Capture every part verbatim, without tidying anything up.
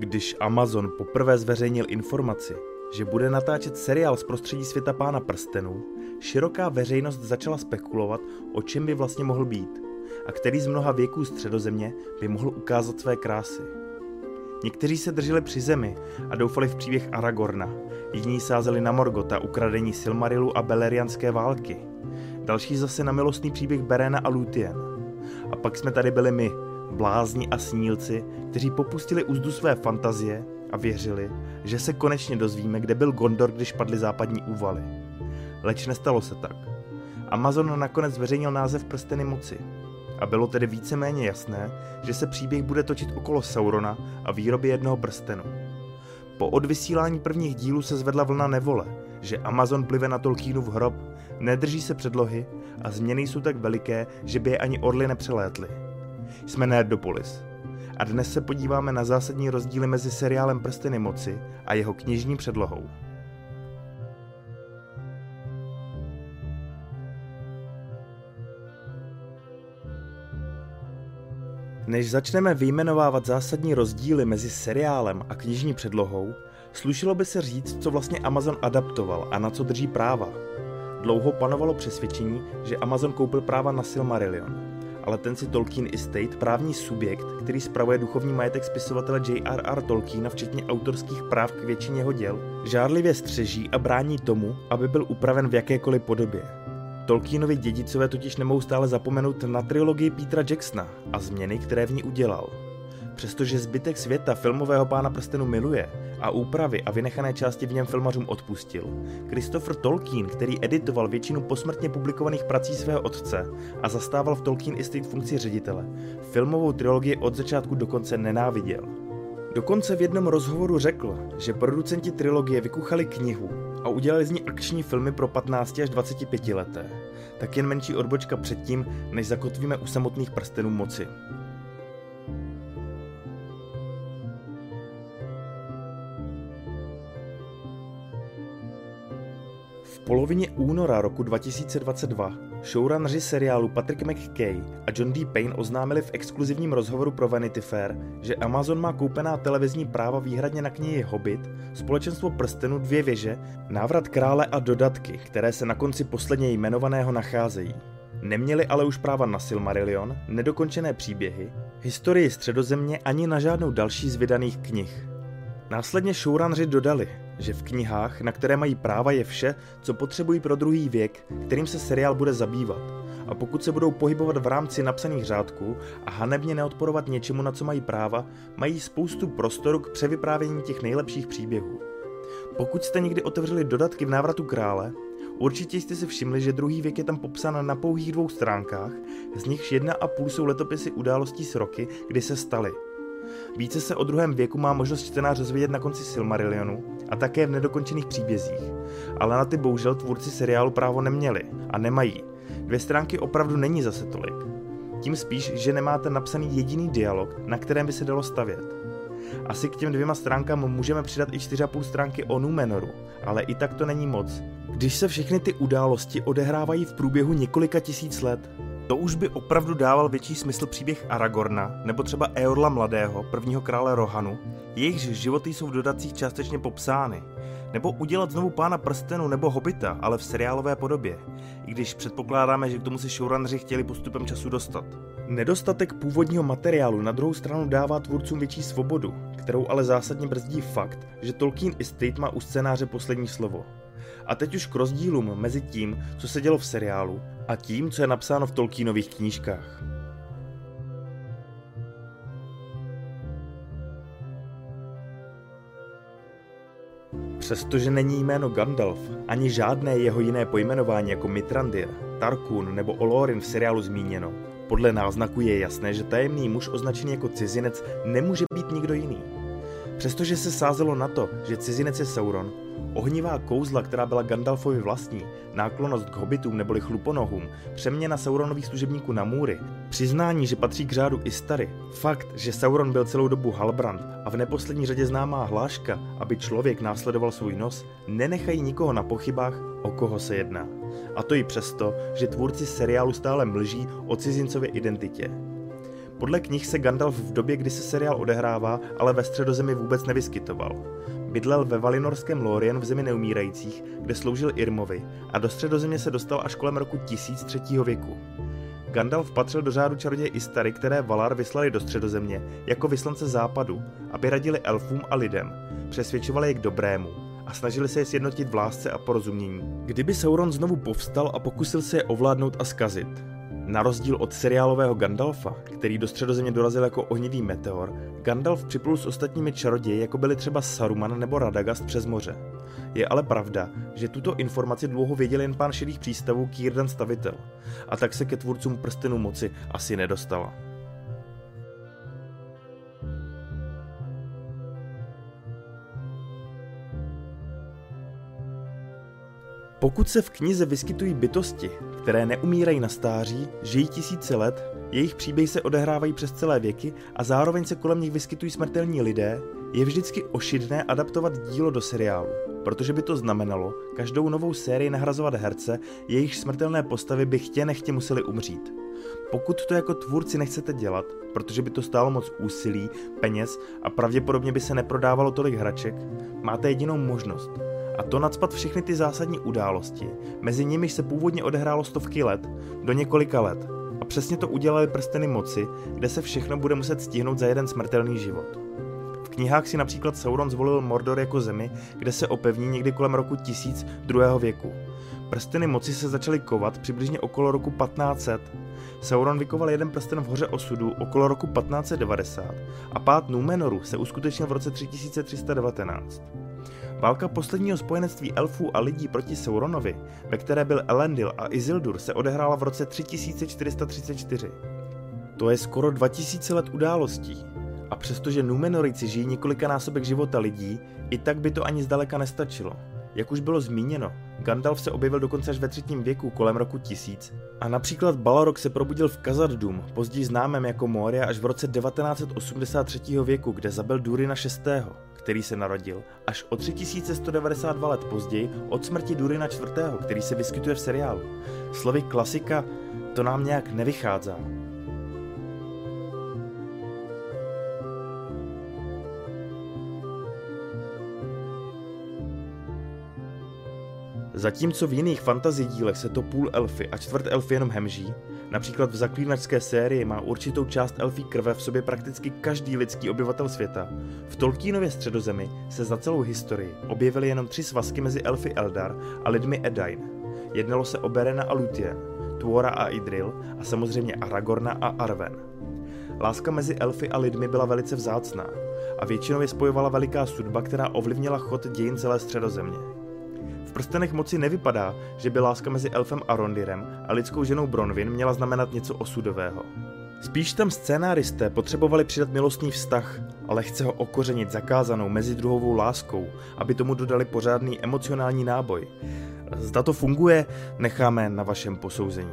Když Amazon poprvé zveřejnil informaci, že bude natáčet seriál z prostředí světa Pána prstenů, široká veřejnost začala spekulovat, o čem by vlastně mohl být a který z mnoha věků Středozemě by mohl ukázat své krásy. Někteří se drželi při zemi a doufali v příběh Aragorna, jiní sázeli na Morgotha, ukradení Silmarilu a Beleriandské války, další zase na milostný příběh Berena a Lúthien. A pak jsme tady byli my, blázni a snílci, kteří popustili úzdu své fantazie a věřili, že se konečně dozvíme, kde byl Gondor, když padly západní úvaly. Leč nestalo se tak. Amazon nakonec zveřejnil název Prsteny moci. A bylo tedy víceméně jasné, že se příběh bude točit okolo Saurona a výroby jednoho prstenu. Po odvysílání prvních dílů se zvedla vlna nevole, že Amazon plive na Tolkienův hrob, nedrží se předlohy a změny jsou tak veliké, že by je ani orly nepřelétly. Jsme Nerdopolis a dnes se podíváme na zásadní rozdíly mezi seriálem Prsteny moci a jeho knižní předlohou. Než začneme vyjmenovávat zásadní rozdíly mezi seriálem a knižní předlohou, slušelo by se říct, co vlastně Amazon adaptoval a na co drží práva. Dlouho panovalo přesvědčení, že Amazon koupil práva na Silmarillion, ale ten si Tolkien Estate, právní subjekt, který spravuje duchovní majetek spisovatele J R R Tolkiena včetně autorských práv k většině jeho děl, žárlivě střeží a brání tomu, aby byl upraven v jakékoliv podobě. Tolkienovi dědicové totiž nemohou stále zapomenout na trilogii Petera Jacksona a změny, které v ní udělal. Přestože zbytek světa filmového Pána prstenů miluje a úpravy a vynechané části v něm filmařům odpustil, Christopher Tolkien, který editoval většinu posmrtně publikovaných prací svého otce a zastával v Tolkien Estate funkci ředitele, filmovou trilogii od začátku do konce nenáviděl. Dokonce v jednom rozhovoru řekl, že producenti trilogie vykuchali knihu a udělali z ní akční filmy pro patnácti až dvaceti pěti leté, tak jen menší odbočka předtím, než zakotvíme u samotných prstenů moci. V polovině února roku dva tisíce dvacet dva showrunneři seriálu Patrick McKay a John D. Payne oznámili v exkluzivním rozhovoru pro Vanity Fair, že Amazon má koupená televizní práva výhradně na knihy Hobbit, Společenstvo prstenů, Dvě věže, Návrat krále a dodatky, které se na konci posledně jmenovaného nacházejí. Neměli ale už práva na Silmarillion, nedokončené příběhy, historii Středozemě ani na žádnou další z vydaných knih. Následně showrunneři dodali, že v knihách, na které mají práva, je vše, co potřebují pro druhý věk, kterým se seriál bude zabývat. A pokud se budou pohybovat v rámci napsaných řádků a hanebně neodporovat něčemu, na co mají práva, mají spoustu prostoru k převyprávění těch nejlepších příběhů. Pokud jste někdy otevřeli dodatky v Návratu krále, určitě jste si všimli, že druhý věk je tam popsán na pouhých dvou stránkách, z nichž jedna a půl jsou letopisy událostí s roky, kdy se staly. Více se o druhém věku má možnost čtenář dozvědět na konci Silmarillionu a také v nedokončených příbězích, ale na ty bohužel tvůrci seriálu právo neměli a nemají. Dvě stránky opravdu není zase tolik. Tím spíš, že nemáte napsaný jediný dialog, na kterém by se dalo stavět. Asi k těm dvěma stránkám můžeme přidat i čtyři a půl stránky o Númenoru, ale i tak to není moc. Když se všechny ty události odehrávají v průběhu několika tisíc let, to už by opravdu dával větší smysl příběh Aragorna, nebo třeba Eorla mladého, prvního krále Rohanu, jejichž životy jsou v dodatcích částečně popsány, nebo udělat znovu Pána prstenů nebo Hobita, ale v seriálové podobě, i když předpokládáme, že k tomu si showrunneři chtěli postupem času dostat. Nedostatek původního materiálu na druhou stranu dává tvůrcům větší svobodu, kterou ale zásadně brzdí fakt, že Tolkien Estate má u scénáře poslední slovo. A teď už k rozdílům mezi tím, co se dělo v seriálu, a tím, co je napsáno v Tolkienových knížkách. Přestože není jméno Gandalf, ani žádné jeho jiné pojmenování jako Mithrandir, Tarkun nebo Olorin v seriálu zmíněno, podle náznaku je jasné, že tajemný muž označený jako cizinec nemůže být nikdo jiný. Přestože se sázelo na to, že cizinec je Sauron, ohnivá kouzla, která byla Gandalfovi vlastní, náklonnost k hobitům neboli chluponohům, přeměna Sauronových služebníků na můry, přiznání, že patří k řádu Istary, fakt, že Sauron byl celou dobu Halbrand a v neposlední řadě známá hláška, aby člověk následoval svůj nos, nenechají nikoho na pochybách, o koho se jedná. A to i přesto, že tvůrci seriálu stále mlží o cizincově identitě. Podle knih se Gandalf v době, kdy se seriál odehrává, ale ve Středozemi vůbec nevyskytoval. Bydlel ve valinorském Lórien v zemi neumírajících, kde sloužil Irmovi, a do Středozemě se dostal až kolem roku tisíc třetího věku. Gandalf patřil do řádu čaroděje Istary, které Valar vyslali do Středozemě jako vyslance západu, aby radili elfům a lidem, přesvědčovali je k dobrému a snažili se je sjednotit v lásce a porozumění. Kdyby Sauron znovu povstal a pokusil se je ovládnout a zkazit. Na rozdíl od seriálového Gandalfa, který do Středozemě dorazil jako ohnivý meteor, Gandalf připlul s ostatními čaroději, jako byli třeba Saruman nebo Radagast přes moře. Je ale pravda, že tuto informaci dlouho věděl jen pán šedých přístavů Círdan Stavitel, a tak se ke tvůrcům prstenů moci asi nedostala. Pokud se v knize vyskytují bytosti, které neumírají na stáří, žijí tisíce let, jejich příběhy se odehrávají přes celé věky a zároveň se kolem nich vyskytují smrtelní lidé, je vždycky ošidné adaptovat dílo do seriálu, protože by to znamenalo každou novou sérii nahrazovat herce, jejich smrtelné postavy by chtě nechtě museli umřít. Pokud to jako tvůrci nechcete dělat, protože by to stálo moc úsilí, peněz a pravděpodobně by se neprodávalo tolik hraček, máte jedinou možnost. A to nacpat všechny ty zásadní události, mezi nimiž se původně odehrálo stovky let, do několika let. A přesně to udělali prsteny moci, kde se všechno bude muset stihnout za jeden smrtelný život. V knihách si například Sauron zvolil Mordor jako zemi, kde se opevní někdy kolem roku tisíc druhého věku. Prsteny moci se začaly kovat přibližně okolo roku patnáct set. Sauron vykoval jeden prsten v hoře osudu okolo roku patnáct set devadesát a pád Númenoru se uskutečnil v roce tři tisíce tři sta devatenáct. Válka posledního spojenectví elfů a lidí proti Sauronovi, ve které byl Elendil a Isildur, se odehrála v roce tři tisíce čtyři sta třicet čtyři. To je skoro dva tisíce let událostí. A přestože Númenorici žijí několikanásobek života lidí, i tak by to ani zdaleka nestačilo. Jak už bylo zmíněno, Gandalf se objevil dokonce až ve třetím věku kolem roku tisíc a například Balrog se probudil v Khazad-dûm, později známém jako Moria, až v roce devatenáct set osmdesát třetího věku, kde zabil Durina šestého, který se narodil až o tři tisíce sto devadesát dva let později od smrti Durina čtvrtého, který se vyskytuje v seriálu. Slovy klasika, to nám nějak nevychází. Zatímco v jiných fantasy dílech se to půl elfy a čtvrt elfy jenom hemží, například v zaklínačské sérii má určitou část elfí krve v sobě prakticky každý lidský obyvatel světa, v Tolkienově Středozemi se za celou historii objevily jenom tři svazky mezi elfy Eldar a lidmi Edain. Jednalo se o Berena a Lúthien, Tuora a Idril a samozřejmě Aragorna a Arwen. Láska mezi elfy a lidmi byla velice vzácná a většinou je spojovala veliká sudba, která ovlivnila chod dějin celé Středozemě. V prstenech moci nevypadá, že by láska mezi elfem Arondirem a lidskou ženou Bronwyn měla znamenat něco osudového. Spíš tam scénáristé potřebovali přidat milostný vztah a lehce ho okořenit zakázanou mezidruhovou láskou, aby tomu dodali pořádný emocionální náboj. Zda to funguje, necháme na vašem posouzení.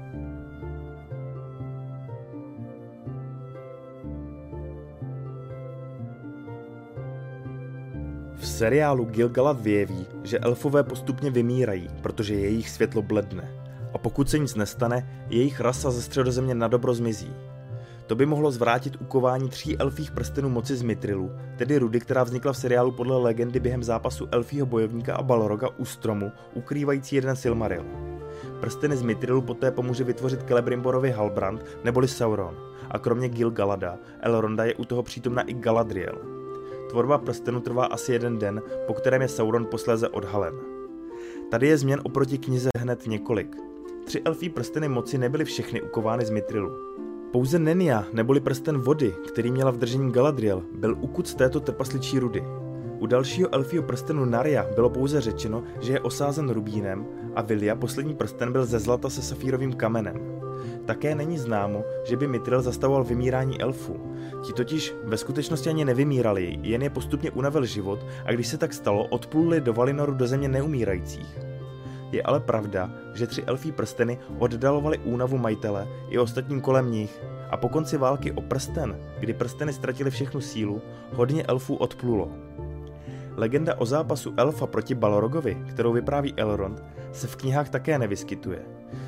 V seriálu Gil-galad vyjeví, že elfové postupně vymírají, protože jejich světlo bledne. A pokud se nic nestane, jejich rasa ze Středozemě nadobro zmizí. To by mohlo zvrátit ukování tří elfích prstenů moci z Mithril, tedy rudy, která vznikla v seriálu podle legendy během zápasu elfího bojovníka a Balroga u stromu, ukrývající jeden Silmaril. Prsteny z Mithrilu poté pomůže vytvořit Celebrimborovi Halbrand neboli Sauron, a kromě Gil-galada, Elronda je u toho přítomna i Galadriel. Tvorba prstenu trvá asi jeden den, po kterém je Sauron posléze odhalen. Tady je změn oproti knize hned několik. Tři elfí prsteny moci nebyly všechny ukovány z Mithrilu. Pouze Nenya, neboli prsten vody, který měla v držení Galadriel, byl ukut z této trpasličí rudy. U dalšího elfího prstenu Narja bylo pouze řečeno, že je osázen rubínem a Vilja, poslední prsten, byl ze zlata se safírovým kamenem. Také není známo, že by Mithril zastavoval vymírání elfů. Ti totiž ve skutečnosti ani nevymírali, jen je postupně unavil život a když se tak stalo, odpluli do Valinoru do země neumírajících. Je ale pravda, že tři elfí prsteny oddalovali únavu majitele i ostatním kolem nich a po konci války o prsten, kdy prsteny ztratili všechnu sílu, hodně elfů odplulo. Legenda o zápasu elfa proti Balrogovi, kterou vypráví Elrond, se v knihách také nevyskytuje.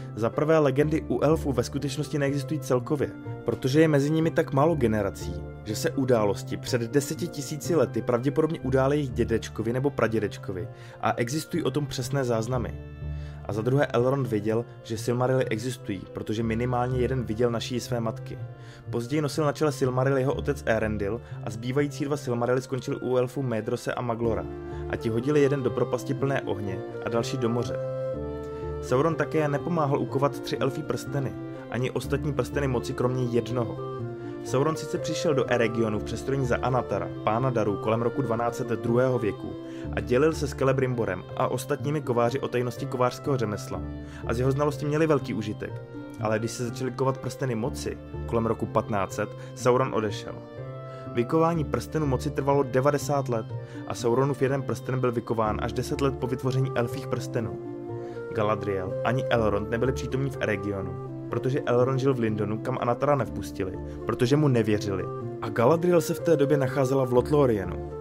Za prvé, legendy u elfů ve skutečnosti neexistují celkově, protože je mezi nimi tak málo generací, že se události před deseti tisíci lety pravděpodobně udály jejich dědečkovi nebo pradědečkovi a existují o tom přesné záznamy. A za druhé, Elrond věděl, že Silmarily existují, protože minimálně jeden viděl naší své matky. Později nosil na čele Silmaril jeho otec Elendil a zbývající dva Silmarily skončili u elfů Médrose a Maglora a ti hodili jeden do propasti plné ohně a další do moře. Sauron také nepomáhal ukovat tři elfí prsteny, ani ostatní prsteny moci kromě jednoho. Sauron sice přišel do Eregionu v přestrojení za Anatara, pána darů, kolem roku dvanáct set druhého věku a dělil se s Celebrimborem a ostatními kováři o tajnosti kovářského řemesla a z jeho znalosti měli velký užitek, ale když se začali kovat prsteny moci, kolem roku patnáct set, Sauron odešel. Vykování prstenu moci trvalo devadesát let a Sauronův jeden prsten byl vykován až deset let po vytvoření elfích prstenů. Galadriel ani Elrond nebyli přítomní v Eregionu, protože Elrond žil v Lindonu, kam Anatara nevpustili, protože mu nevěřili, a Galadriel se v té době nacházela v Lothlórienu.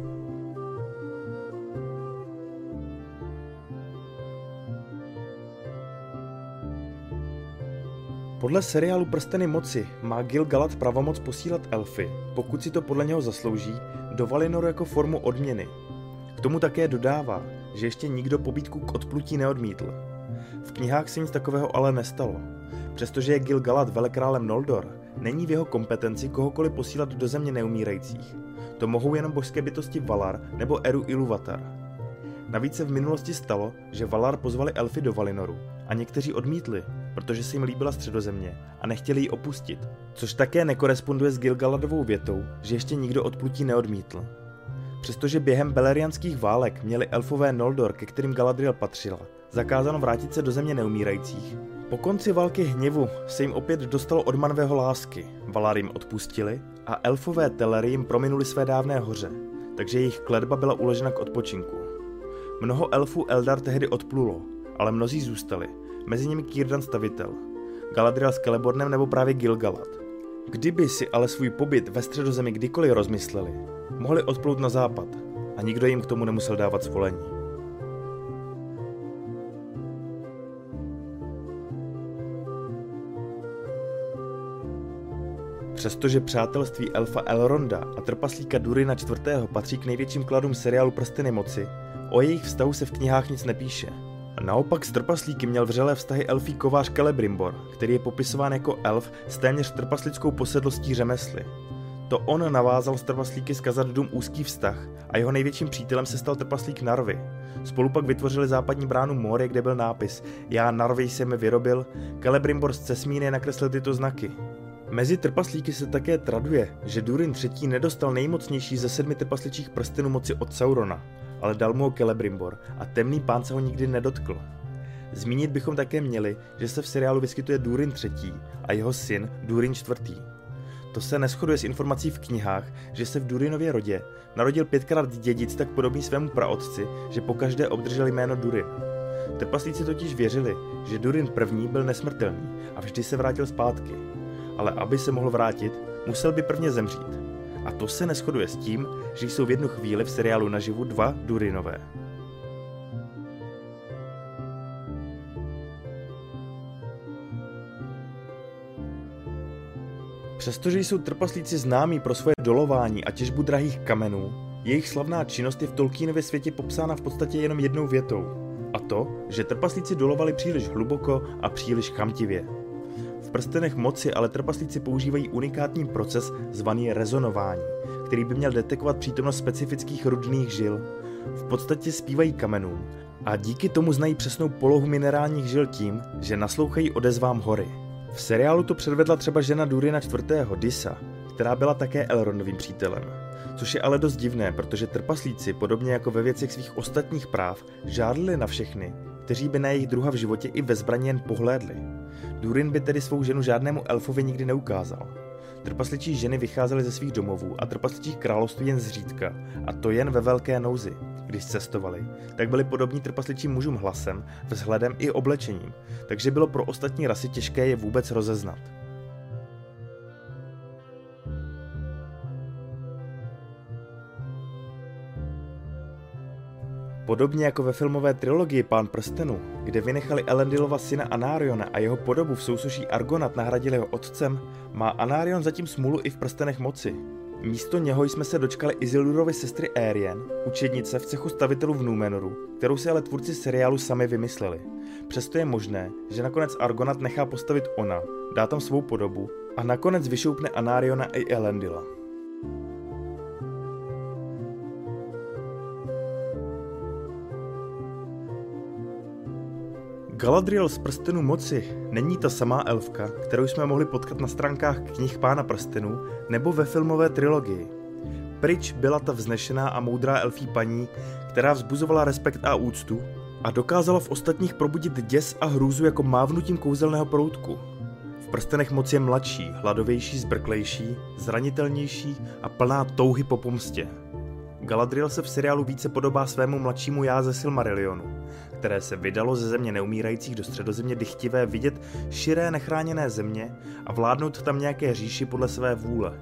Podle seriálu Prsteny moci má Gil-galad pravomoc posílat elfy, pokud si to podle něho zaslouží, do Valinoru jako formu odměny. K tomu také dodává, že ještě nikdo pobídku k odplutí neodmítl. V knihách se nic takového ale nestalo. Přestože je Gil-galad velekrálem Noldor, není v jeho kompetenci kohokoliv posílat do země neumírajících. To mohou jenom božské bytosti Valar nebo Eru Ilúvatar. Navíc se v minulosti stalo, že Valar pozvali elfy do Valinoru a někteří odmítli, protože se jim líbila Středozemě a nechtěli ji opustit, což také nekoresponduje s Gil-galadovou větou, že ještě nikdo odplutí neodmítl. Přestože během beleriandských válek měli elfové Noldor, ke kterým Galadriel patřila, zakázáno vrátit se do země neumírajících, po konci války hněvu se jim opět dostalo od Manwëho lásky, Valar jim odpustili a elfové Teleri jim prominuli své dávné hoře, takže jejich kletba byla uložena k odpočinku. Mnoho elfů Eldar tehdy odplulo, ale mnozí zůstali, mezi nimi Círdan stavitel, Galadriel s Celebornem nebo právě Gil-galad. Kdyby si ale svůj pobyt ve Středozemi kdykoliv rozmysleli, mohli odplout na západ a nikdo jim k tomu nemusel dávat svolení. Přestože přátelství elfa Elronda a trpaslíka Durina čtvrtého patří k největším kladům seriálu Prsteny moci, o jejich vztahu se v knihách nic nepíše. Naopak s trpaslíky měl vřelé vztahy elfí kovář Celebrimbor, který je popisován jako elf s téměř trpaslickou posedlostí řemesly. To on navázal s trpaslíky z Khazad-dûm úzký vztah a jeho největším přítelem se stal trpaslík Narvi. Spolu pak vytvořili západní bránu Morie, kde byl nápis Já Narvi jsem je vyrobil, Celebrimbor z Cesmíny nakreslil tyto znaky. Mezi trpaslíky se také traduje, že Durin třetí nedostal nejmocnější ze sedmi trpasličích prstenů moci od Saurona, ale dal mu ho Celebrimbor a temný pán se ho nikdy nedotkl. Zmínit bychom také měli, že se v seriálu vyskytuje Durin třetí a jeho syn Durin čtvrtý. To se neshoduje s informací v knihách, že se v Durinově rodě narodil pětkrát dědic tak podobný svému praotci, že pokaždé obdržel jméno Durin. Trpaslíci totiž věřili, že Durin první byl nesmrtelný a vždy se vrátil zpátky. Ale aby se mohl vrátit, musel by prvně zemřít. A to se neshoduje s tím, že jsou v jednu chvíli v seriálu naživu dva Durinové. Přestože jsou trpaslíci známí pro svoje dolování a těžbu drahých kamenů, jejich slavná činnost je v Tolkienově světě popsána v podstatě jenom jednou větou. A to, že trpaslíci dolovali příliš hluboko a příliš chamtivě. V Prstenech moci ale trpaslíci používají unikátní proces zvaný rezonování, který by měl detekovat přítomnost specifických rudných žil. V podstatě zpívají kamenům a díky tomu znají přesnou polohu minerálních žil tím, že naslouchají odezvám hory. V seriálu to předvedla třeba žena Durina čtvrtého. Disa, která byla také Elrondovým přítelem. Což je ale dost divné, protože trpaslíci, podobně jako ve věcech svých ostatních práv, žádlili na všechny, kteří by na jejich druha v životě i ve zbraní jen pohlédli. Durin by tedy svou ženu žádnému elfovi nikdy neukázal. Trpasličí ženy vycházely ze svých domovů a trpasličích království jen zřídka, a to jen ve velké nouzi. Když cestovali, tak byli podobní trpasličím mužům hlasem, vzhledem i oblečením, takže bylo pro ostatní rasy těžké je vůbec rozeznat. Podobně jako ve filmové trilogii Pán prstenů, kde vynechali Elendilova syna Anariona a jeho podobu v sousoší Argonat nahradili jeho otcem, má Anarion zatím smůlu i v prstenech moci. Místo něho jsme se dočkali Isildurovy sestry Aerien, učednice v cechu stavitelů v Númenoru, kterou si ale tvůrci seriálu sami vymysleli. Přesto je možné, že nakonec Argonat nechá postavit ona, dá tam svou podobu a nakonec vyšoupne Anariona i Elendila. Galadriel z prstenů moci není ta samá elfka, kterou jsme mohli potkat na stránkách knih Pána prstenů nebo ve filmové trilogii. Pryč byla ta vznešená a moudrá elfí paní, která vzbuzovala respekt a úctu a dokázala v ostatních probudit děs a hrůzu jako mávnutím kouzelného proutku. V prstenech moci je mladší, hladovější, zbrklejší, zranitelnější a plná touhy po pomstě. Galadriel se v seriálu více podobá svému mladšímu já ze Silmarillionu, které se vydalo ze země neumírajících do středozemě dychtivé vidět širé nechráněné země a vládnout tam nějaké říši podle své vůle.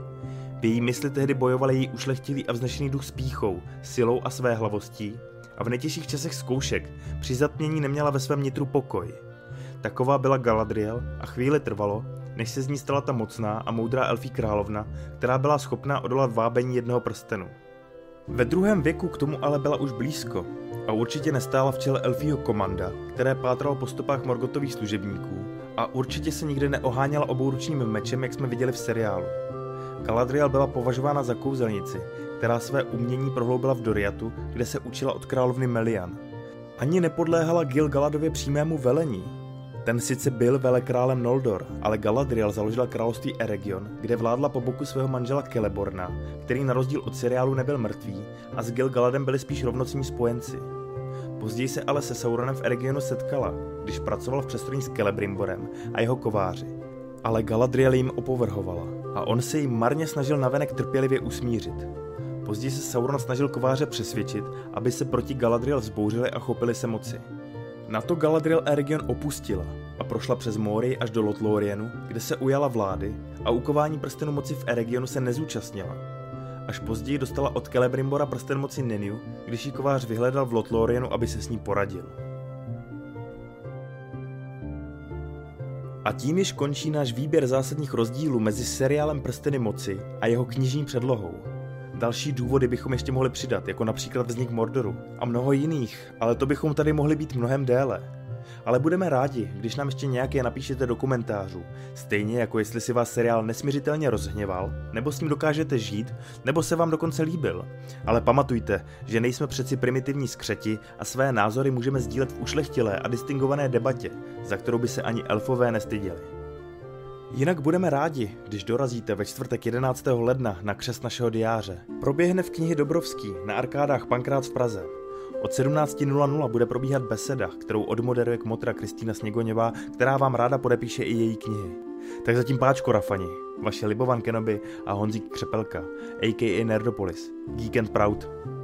V její mysli tehdy bojoval její ušlechtilý a vznešený duch s pýchou, silou a své hlavostí a v nejtěžších časech zkoušek při zatmění neměla ve svém nitru pokoj. Taková byla Galadriel a chvíli trvalo, než se z ní stala ta mocná a moudrá elfí královna, která byla schopná odolat vábení jednoho prstenu. Ve druhém věku k tomu ale byla už blízko a určitě nestála v čele elfího komanda, které pátralo po stopách Morgottových služebníků a určitě se nikdy neoháněla obouručním mečem, jak jsme viděli v seriálu. Galadriel byla považována za kouzelnici, která své umění prohloubila v Doriatu, kde se učila od královny Melian. Ani nepodléhala Gil-galadově přímému velení. Ten sice byl velekrálem Noldor, ale Galadriel založila království Eregion, kde vládla po boku svého manžela Celeborna, který na rozdíl od seriálu nebyl mrtvý a s Gil-galadem byli spíš rovnocní spojenci. Později se ale se Sauronem v Eregionu setkala, když pracoval v přestrojní s Celebrimborem a jeho kováři. Ale Galadriel jim opovrhovala a on se jí marně snažil navenek trpělivě usmířit. Později se Sauron snažil kováře přesvědčit, aby se proti Galadriel vzbouřili a chopili se moci. Na to Galadriel Eregion opustila a prošla přes Morii až do Lothlórienu, kde se ujala vlády a ukování prstenu moci v Eregionu se nezúčastnila. Až později dostala od Celebrimbora prsten moci Neniu, když ji kovář vyhledal v Lothlórienu, aby se s ní poradil. A tím již končí náš výběr zásadních rozdílů mezi seriálem Prsteny moci a jeho knižní předlohou. Další důvody bychom ještě mohli přidat, jako například vznik Mordoru a mnoho jiných, ale to bychom tady mohli být mnohem déle. Ale budeme rádi, když nám ještě nějaké napíšete do komentářů, stejně jako jestli si vás seriál nesmiřitelně rozhněval, nebo s ním dokážete žít, nebo se vám dokonce líbil. Ale pamatujte, že nejsme přeci primitivní skřeti a své názory můžeme sdílet v ušlechtilé a distingované debatě, za kterou by se ani elfové nestyděli. Jinak budeme rádi, když dorazíte ve čtvrtek jedenáctého ledna na křest našeho diáře. Proběhne v knihy Dobrovský na arkádách Pankrát v Praze. Od sedmnáct nula nula bude probíhat beseda, kterou odmoderuje kmotra Kristýna Sněgoněvá, která vám ráda podepíše i její knihy. Tak zatím páčko, Rafani, vaše Libovan Kenobi a Honzík Křepelka, a ká a. Nerdopolis, Geek and Proud.